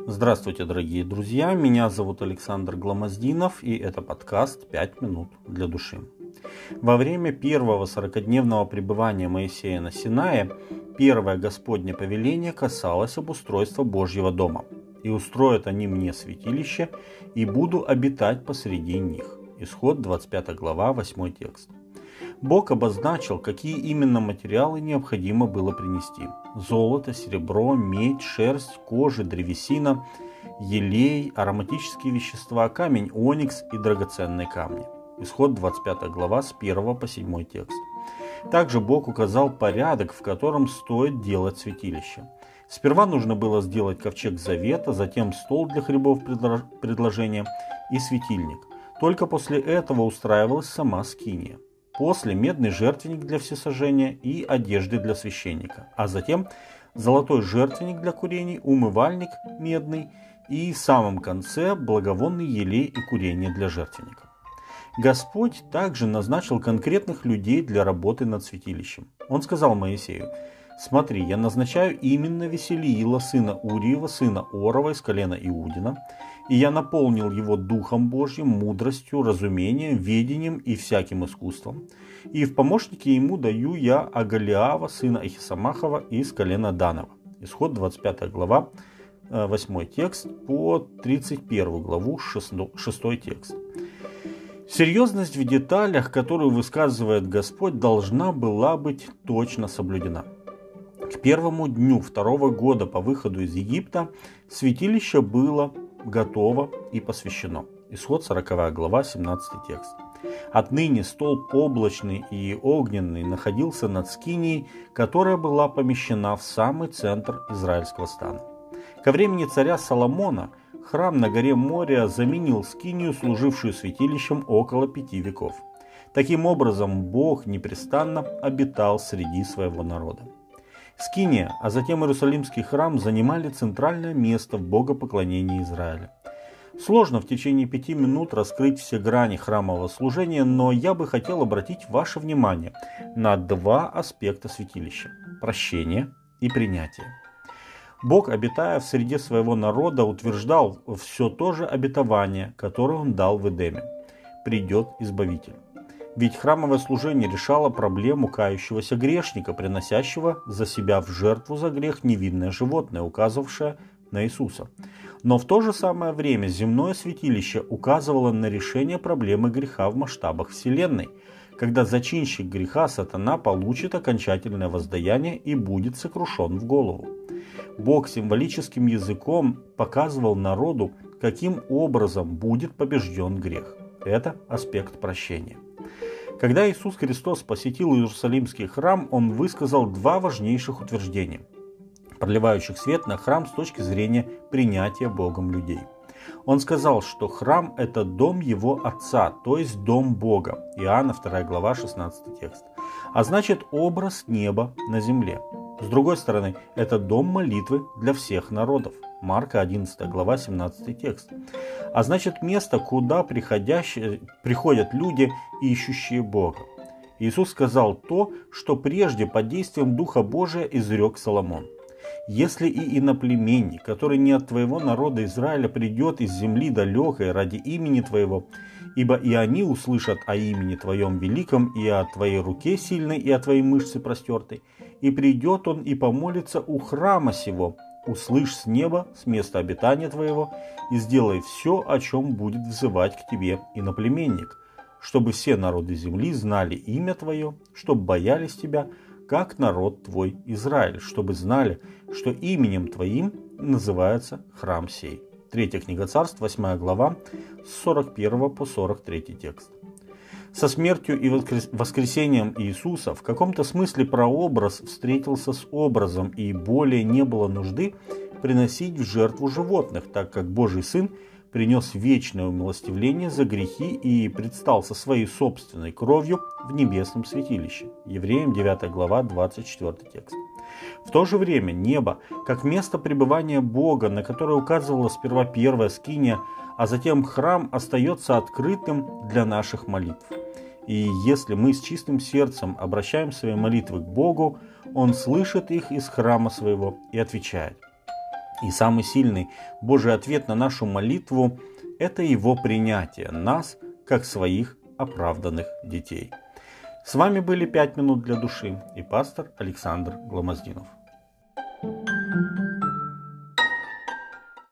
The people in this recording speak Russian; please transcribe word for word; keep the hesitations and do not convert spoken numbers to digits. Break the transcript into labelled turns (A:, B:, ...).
A: Здравствуйте, дорогие друзья, меня зовут Александр Гломоздинов, и это подкаст «пять минут для души». Во время первого сорокадневного пребывания Моисея на Синае первое Господне повеление касалось обустройства Божьего дома. «И устроят они мне святилище, и буду обитать посреди них». Исход двадцать пятая глава, восьмой текст. Бог обозначил, какие именно материалы необходимо было принести. Золото, серебро, медь, шерсть, кожа, древесина, елей, ароматические вещества, камень оникс и драгоценные камни. Исход двадцать пятая глава с первого по седьмой текст. Также Бог указал порядок, в котором стоит делать святилище. Сперва нужно было сделать ковчег завета, затем стол для хлебов предложения и светильник. Только после этого устраивалась сама скиния. После медный жертвенник для всесожжения и одежды для священника, а затем золотой жертвенник для курений, умывальник медный и в самом конце благовонный елей и курение для жертвенника. Господь также назначил конкретных людей для работы над святилищем. Он сказал Моисею: «Смотри, я назначаю именно Веселиила, сына Уриева, сына Орова из колена Иудина, и я наполнил его Духом Божьим, мудростью, разумением, ведением и всяким искусством. И в помощники ему даю я Агалиава, сына Ахисамахова из колена Данова». Исход двадцать пятая глава, восьмой текст по тридцать первую главу, шестой текст. Серьезность в деталях, которую высказывает Господь, должна была быть точно соблюдена. К первому дню второго года по выходу из Египта святилище было готово и посвящено. Исход сороковая глава, семнадцатый текст. Отныне столб облачный и огненный находился над скинией, которая была помещена в самый центр израильского стана. Ко времени царя Соломона храм на горе Мория заменил скинию, служившую святилищем около пяти веков. Таким образом, Бог непрестанно обитал среди своего народа. Скиния, а затем Иерусалимский храм занимали центральное место в богопоклонении Израиля. Сложно в течение пяти минут раскрыть все грани храмового служения, но я бы хотел обратить ваше внимание на два аспекта святилища – прощение и принятие. Бог, обитая в среде своего народа, утверждал все то же обетование, которое Он дал в Эдеме – придет Избавитель. Ведь храмовое служение решало проблему кающегося грешника, приносящего за себя в жертву за грех невинное животное, указывавшее на Иисуса. Но в то же самое время земное святилище указывало на решение проблемы греха в масштабах Вселенной, когда зачинщик греха сатана получит окончательное воздаяние и будет сокрушен в голову. Бог символическим языком показывал народу, каким образом будет побежден грех. Это аспект прощения. Когда Иисус Христос посетил Иерусалимский храм, Он высказал два важнейших утверждения, проливающих свет на храм с точки зрения принятия Богом людей. Он сказал, что храм – это дом Его Отца, то есть дом Бога. Иоанна вторая глава, шестнадцатый текст. А значит, образ неба на земле. С другой стороны, это дом молитвы для всех народов. Марка одиннадцатая глава, семнадцатый текст. А значит, место, куда приходят люди, ищущие Бога. Иисус сказал то, что прежде под действием Духа Божия изрек Соломон. «Если и иноплеменник, который не от твоего народа Израиля, придет из земли далекой ради имени твоего, ибо и они услышат о имени твоем великом, и о твоей руке сильной, и о твоей мышце простертой, и придет он и помолится у храма сего, услышь с неба, с места обитания твоего, и сделай все, о чем будет взывать к тебе иноплеменник, чтобы все народы земли знали имя твое, чтобы боялись тебя, как народ твой Израиль, чтобы знали, что именем твоим называется храм сей». Третья книга Царств, восьмая глава, с сорок первого по сорок третий текст. Со смертью и воскресением Иисуса в каком-то смысле прообраз встретился с образом, и более не было нужды приносить в жертву животных, так как Божий Сын принес вечное умилостивление за грехи и предстал со своей собственной кровью в небесном святилище. Евреям девятая глава, двадцать четвёртый текст. В то же время небо, как место пребывания Бога, на которое указывала сперва первая скиния, а затем храм, остается открытым для наших молитв. И если мы с чистым сердцем обращаем свои молитвы к Богу, Он слышит их из храма своего и отвечает. И самый сильный Божий ответ на нашу молитву – это Его принятие нас, как своих оправданных детей. С вами были «Пять минут для души» и пастор Александр Гломоздинов.